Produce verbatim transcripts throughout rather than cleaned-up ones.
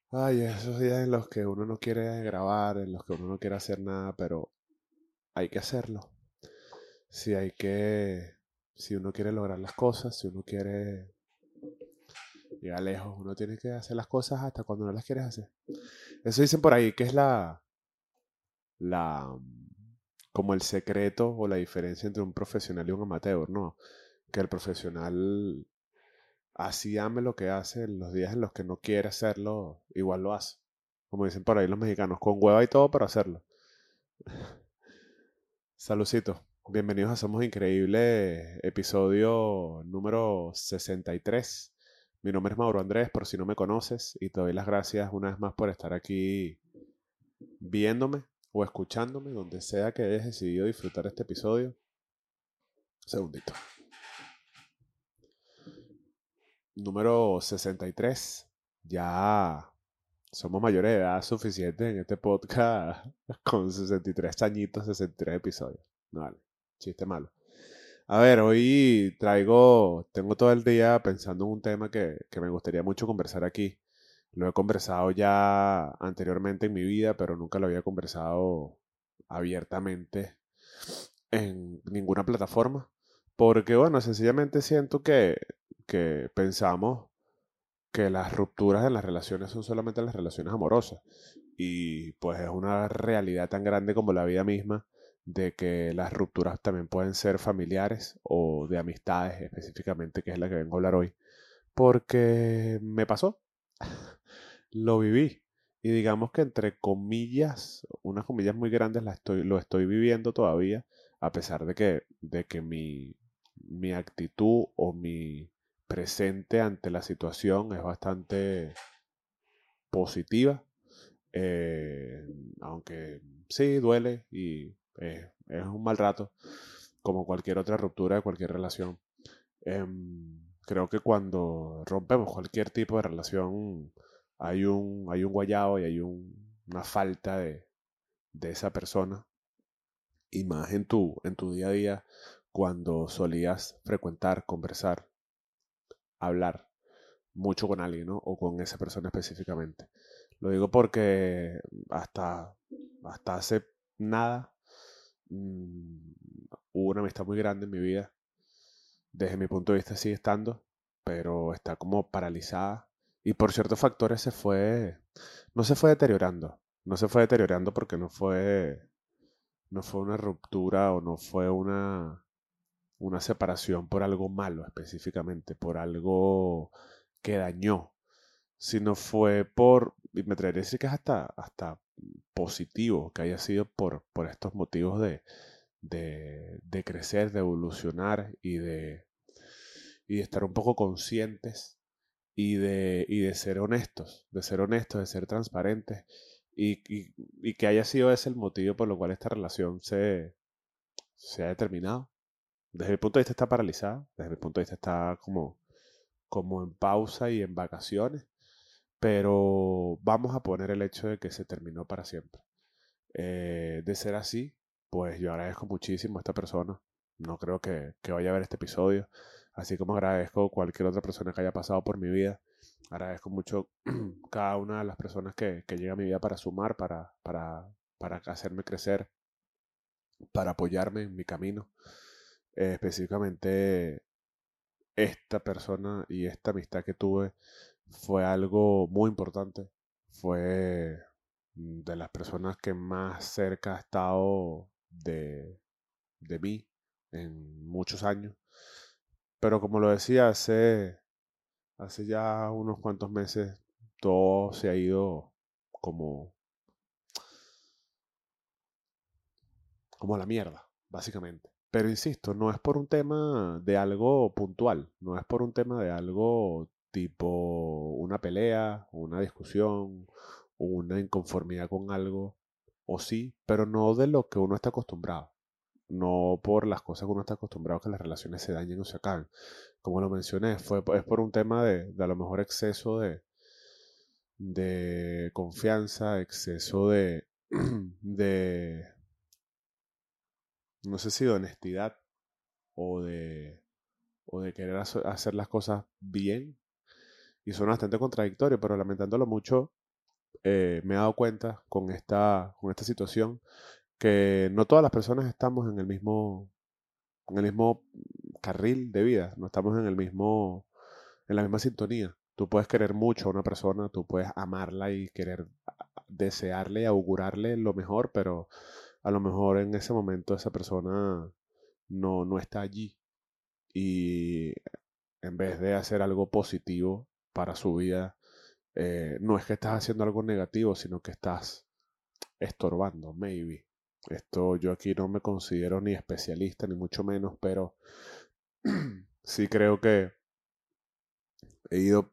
Ay, esos días en los que uno no quiere grabar, en los que uno no quiere hacer nada, pero hay que hacerlo. Si hay que, si uno quiere lograr las cosas, si uno quiere llegar lejos, uno tiene que hacer las cosas hasta cuando no las quieres hacer. Eso dicen por ahí que es la, la, como el secreto o la diferencia entre un profesional y un amateur, ¿no? Que el profesional así ame lo que hace, en los días en los que no quiere hacerlo, igual lo hace. Como dicen por ahí los mexicanos, con hueva y todo para hacerlo. Saludcito, bienvenidos a Somos Increíbles, episodio número sesenta y tres. Mi nombre es Mauro Andrés, por si no me conoces, y te doy las gracias una vez más por estar aquí viéndome o escuchándome, donde sea que hayas decidido disfrutar este episodio. Segundito. Número sesenta y tres. Ya somos mayores de edad suficientes en este podcast con sesenta y tres añitos, sesenta y tres episodios. No vale, chiste malo. A ver, hoy traigo, tengo todo el día pensando en un tema que, que me gustaría mucho conversar aquí. Lo he conversado ya anteriormente en mi vida, pero nunca lo había conversado abiertamente en ninguna plataforma. Porque, bueno, sencillamente siento que, que pensamos que las rupturas en las relaciones son solamente las relaciones amorosas. Y pues es una realidad tan grande como la vida misma de que las rupturas también pueden ser familiares o de amistades específicamente, que es la que vengo a hablar hoy. Porque me pasó, lo viví. Y digamos que entre comillas, unas comillas muy grandes, la estoy, lo estoy viviendo todavía, a pesar de que, de que mi, mi actitud o mi presente ante la situación es bastante positiva. Eh, Aunque sí, duele y eh, es un mal rato, como cualquier otra ruptura de cualquier relación. Em, Creo que cuando rompemos cualquier tipo de relación hay un, hay un guayao y hay un- una falta de, de esa persona. Y más en tu, en tu día a día, cuando solías frecuentar, conversar, hablar mucho con alguien, ¿no? O con esa persona específicamente. Lo digo porque hasta, hasta hace nada mm, hubo una amistad muy grande en mi vida. Desde mi punto de vista sigue estando, pero está como paralizada. Y por ciertos factores se fue, no se fue deteriorando. No se fue deteriorando porque no fue, no fue una ruptura o no fue una, una separación por algo malo específicamente, por algo que dañó, sino fue por, y me atrevería a decir que es hasta, hasta positivo que haya sido por, por estos motivos de, de, de crecer, de evolucionar y de, y de estar un poco conscientes y de, y de ser honestos, de ser honestos, de ser transparentes y, y, y que haya sido ese el motivo por el cual esta relación se, se ha determinado. Desde mi punto de vista está paralizada, desde mi punto de vista está como, como en pausa y en vacaciones, pero vamos a poner el hecho de que se terminó para siempre. Eh, de ser así, pues yo agradezco muchísimo a esta persona. No creo que, que vaya a ver este episodio, así como agradezco cualquier otra persona que haya pasado por mi vida. Agradezco mucho cada una de las personas que, que llega a mi vida para sumar, para, para, para hacerme crecer, para apoyarme en mi camino. Eh, específicamente esta persona y esta amistad que tuve fue algo muy importante. Fue de las personas que más cerca ha estado de, de mí en muchos años. Pero como lo decía, hace, hace ya unos cuantos meses todo se ha ido como, como a la mierda, básicamente. Pero insisto, no es por un tema de algo puntual, no es por un tema de algo tipo una pelea, una discusión, una inconformidad con algo, o sí, pero no de lo que uno está acostumbrado, no por las cosas que uno está acostumbrado que las relaciones se dañen o se acaben. Como lo mencioné, fue, es por un tema de, de a lo mejor exceso de, de confianza, exceso de, de, no sé si de honestidad o de, o de querer hacer las cosas bien. Y suena bastante contradictorio, pero lamentándolo mucho, eh, me he dado cuenta con esta, con esta situación que no todas las personas estamos en el mismo, en el mismo carril de vida, no estamos en el mismo, en la misma sintonía. Tú puedes querer mucho a una persona, tú puedes amarla y querer desearle y augurarle lo mejor, pero a lo mejor en ese momento esa persona no, no está allí. Y en vez de hacer algo positivo para su vida, eh, no es que estás haciendo algo negativo, sino que estás estorbando, maybe. Esto yo aquí no me considero ni especialista, ni mucho menos, pero sí creo que he ido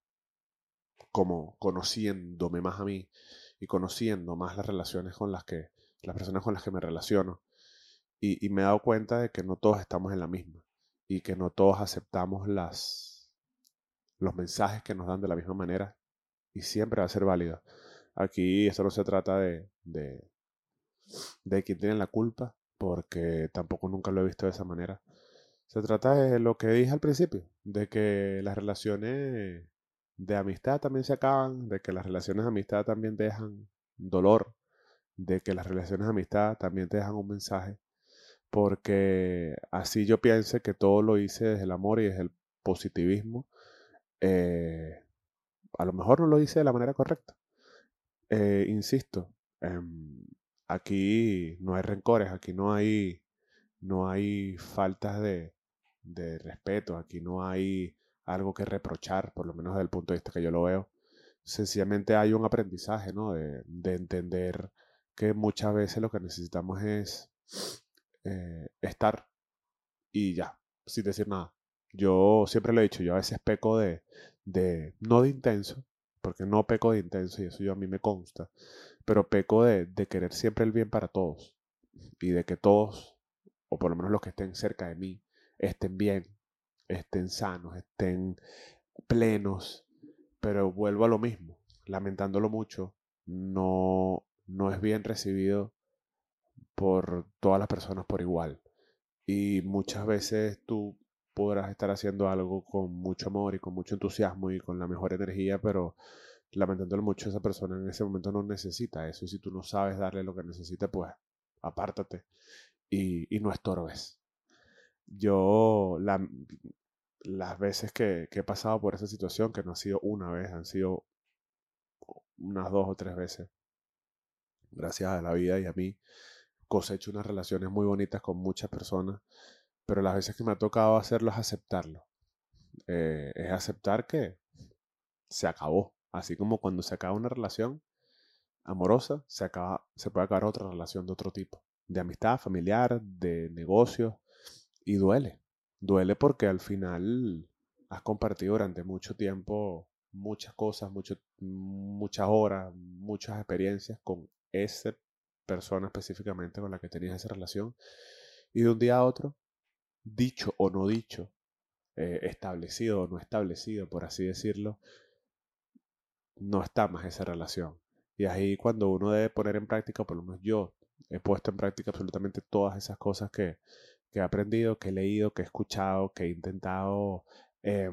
como conociéndome más a mí y conociendo más las relaciones con las que, las personas con las que me relaciono. Y, y me he dado cuenta de que no todos estamos en la misma y que no todos aceptamos las, los mensajes que nos dan de la misma manera y siempre va a ser válido. Aquí esto no se trata de, de, de quién tiene la culpa, porque tampoco nunca lo he visto de esa manera. Se trata de lo que dije al principio, de que las relaciones de amistad también se acaban, de que las relaciones de amistad también dejan dolor, de que las relaciones de amistad también te dejan un mensaje, porque así yo piense que todo lo hice desde el amor y desde el positivismo, eh, a lo mejor no lo hice de la manera correcta. Eh, insisto, em, aquí no hay rencores, aquí no hay, no hay faltas de, de respeto, aquí no hay algo que reprochar, por lo menos desde el punto de vista que yo lo veo. Sencillamente hay un aprendizaje, ¿no? De, de entender que muchas veces lo que necesitamos es eh, estar y ya, sin decir nada. Yo siempre lo he dicho, yo a veces peco de, de, no de intenso, porque no peco de intenso y eso yo a mí me consta, pero peco de, de querer siempre el bien para todos y de que todos, o por lo menos los que estén cerca de mí, estén bien, estén sanos, estén plenos, pero vuelvo a lo mismo, lamentándolo mucho, no, no es bien recibido por todas las personas por igual. Y muchas veces tú podrás estar haciendo algo con mucho amor y con mucho entusiasmo y con la mejor energía, pero lamentándolo mucho, esa persona en ese momento no necesita eso. Y si tú no sabes darle lo que necesita, pues apártate y, y no estorbes. Yo, la, las veces que, que he pasado por esa situación, que no ha sido una vez, han sido unas dos o tres veces, gracias a la vida y a mí, cosecho unas relaciones muy bonitas con muchas personas, pero las veces que me ha tocado hacerlo es aceptarlo. Eh, es aceptar que se acabó. Así como cuando se acaba una relación amorosa, se, acaba, se puede acabar otra relación de otro tipo. De amistad, familiar, de negocio. Y duele. Duele porque al final has compartido durante mucho tiempo muchas cosas, mucho, muchas horas, muchas experiencias con esa persona específicamente con la que tenías esa relación. Y de un día a otro, dicho o no dicho, eh, establecido o no establecido, por así decirlo, no está más esa relación. Y ahí cuando uno debe poner en práctica, por lo menos yo he puesto en práctica absolutamente todas esas cosas que, que he aprendido, que he leído, que he escuchado, que he intentado eh,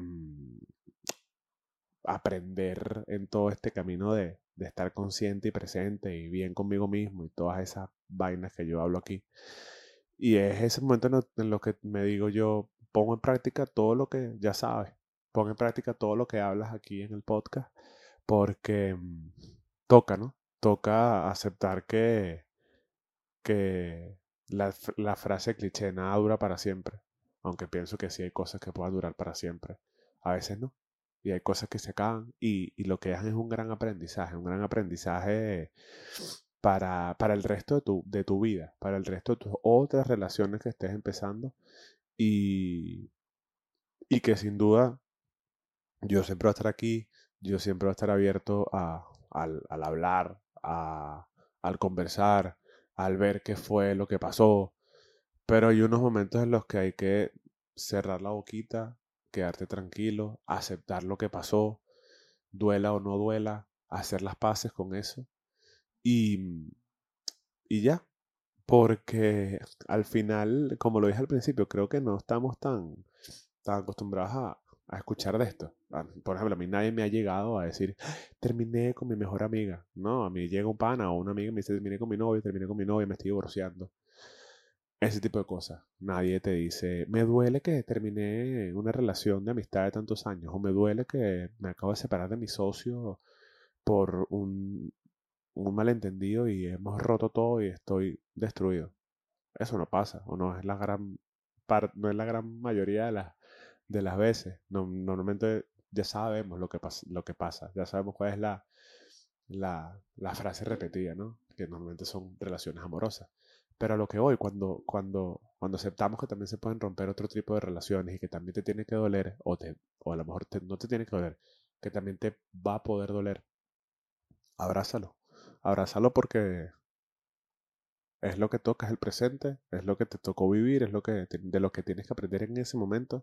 aprender en todo este camino de, de estar consciente y presente y bien conmigo mismo y todas esas vainas que yo hablo aquí. Y es ese momento en lo, en lo que me digo yo, pongo en práctica todo lo que ya sabes, pongo en práctica todo lo que hablas aquí en el podcast, porque mm, toca, ¿no? Toca aceptar que, que la, f- la frase cliché, nada dura para siempre, aunque pienso que sí hay cosas que puedan durar para siempre, a veces no. Y hay cosas que se acaban y, y lo que dejan es un gran aprendizaje, un gran aprendizaje para, para el resto de tu, de tu vida, para el resto de tus otras relaciones que estés empezando y, y que sin duda yo siempre voy a estar aquí, yo siempre voy a estar abierto a, al, al hablar, a, al conversar, al ver qué fue lo que pasó, pero hay unos momentos en los que hay que cerrar la boquita, quedarte tranquilo, aceptar lo que pasó, duela o no duela, hacer las paces con eso y, y ya, porque al final, como lo dije al principio, creo que no estamos tan, tan acostumbrados a, a escuchar de esto. Por ejemplo, a mí nadie me ha llegado a decir, terminé con mi mejor amiga. No, a mí llega un pana o una amiga y me dice, terminé con mi novio, terminé con mi novia, me estoy divorciando. Ese tipo de cosas. Nadie te dice, me duele que terminé una relación de amistad de tantos años, o me duele que me acabo de separar de mi socio por un, un malentendido y hemos roto todo y estoy destruido. Eso no pasa, o no es la gran par- no es la gran mayoría de las, de las veces. No- normalmente ya sabemos lo que, pas- lo que pasa, ya sabemos cuál es la, la, la frase repetida, ¿no? Que normalmente son relaciones amorosas. Pero a lo que voy, cuando, cuando, cuando aceptamos que también se pueden romper otro tipo de relaciones y que también te tiene que doler, o, te, o a lo mejor te- no te tiene que doler, que también te va a poder doler, abrázalo. Abrázalo porque es lo que toca, es el presente, es lo que te tocó vivir, es lo que, te- de lo que tienes que aprender en ese momento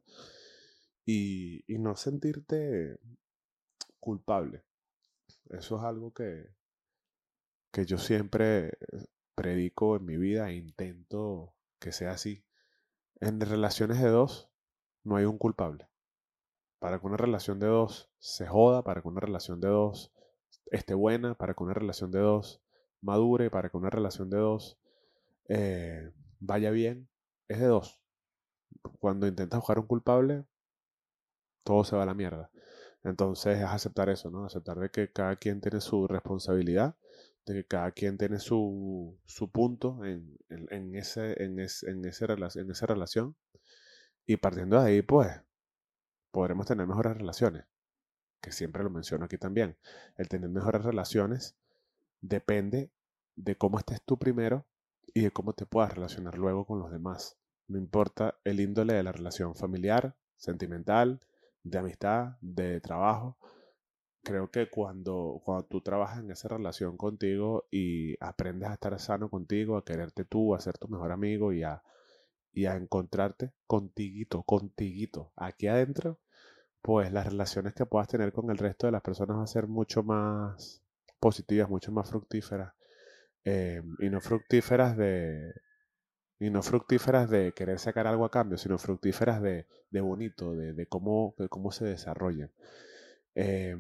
y, y no sentirte culpable. Eso es algo que, que yo siempre predico en mi vida e intento que sea así. En relaciones de dos no hay un culpable. Para que una relación de dos se joda, para que una relación de dos esté buena, para que una relación de dos madure, para que una relación de dos eh, vaya bien, es de dos. Cuando intentas buscar un culpable, todo se va a la mierda. Entonces es aceptar eso, ¿no? Aceptar de que cada quien tiene su responsabilidad, de que cada quien tiene su, su punto en, en, en ese, en, ese, en, ese rela- en esa relación. Y partiendo de ahí, pues, podremos tener mejores relaciones, que siempre lo menciono aquí también. El tener mejores relaciones depende de cómo estés tú primero y de cómo te puedas relacionar luego con los demás. No importa el índole de la relación familiar, sentimental, de amistad, de trabajo. Creo que cuando, cuando tú trabajas en esa relación contigo y aprendes a estar sano contigo, a quererte tú, a ser tu mejor amigo y a, y a encontrarte contiguito, contiguito, aquí adentro, pues las relaciones que puedas tener con el resto de las personas van a ser mucho más positivas, mucho más fructíferas. Eh, y no fructíferas de, y no fructíferas de querer sacar algo a cambio, sino fructíferas de, de bonito, de, de cómo, de cómo se desarrollan. Eh,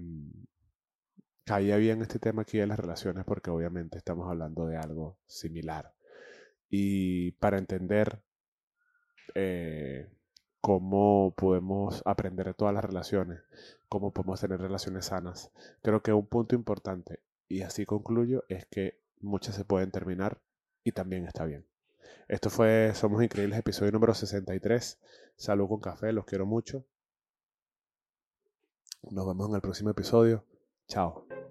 Caía bien este tema aquí de las relaciones porque obviamente estamos hablando de algo similar. Y para entender eh, cómo podemos aprender de todas las relaciones, cómo podemos tener relaciones sanas, creo que un punto importante, y así concluyo, es que muchas se pueden terminar y también está bien. Esto fue Somos Increíbles, episodio número sesenta y tres. Salud con café, los quiero mucho. Nos vemos en el próximo episodio. Chao.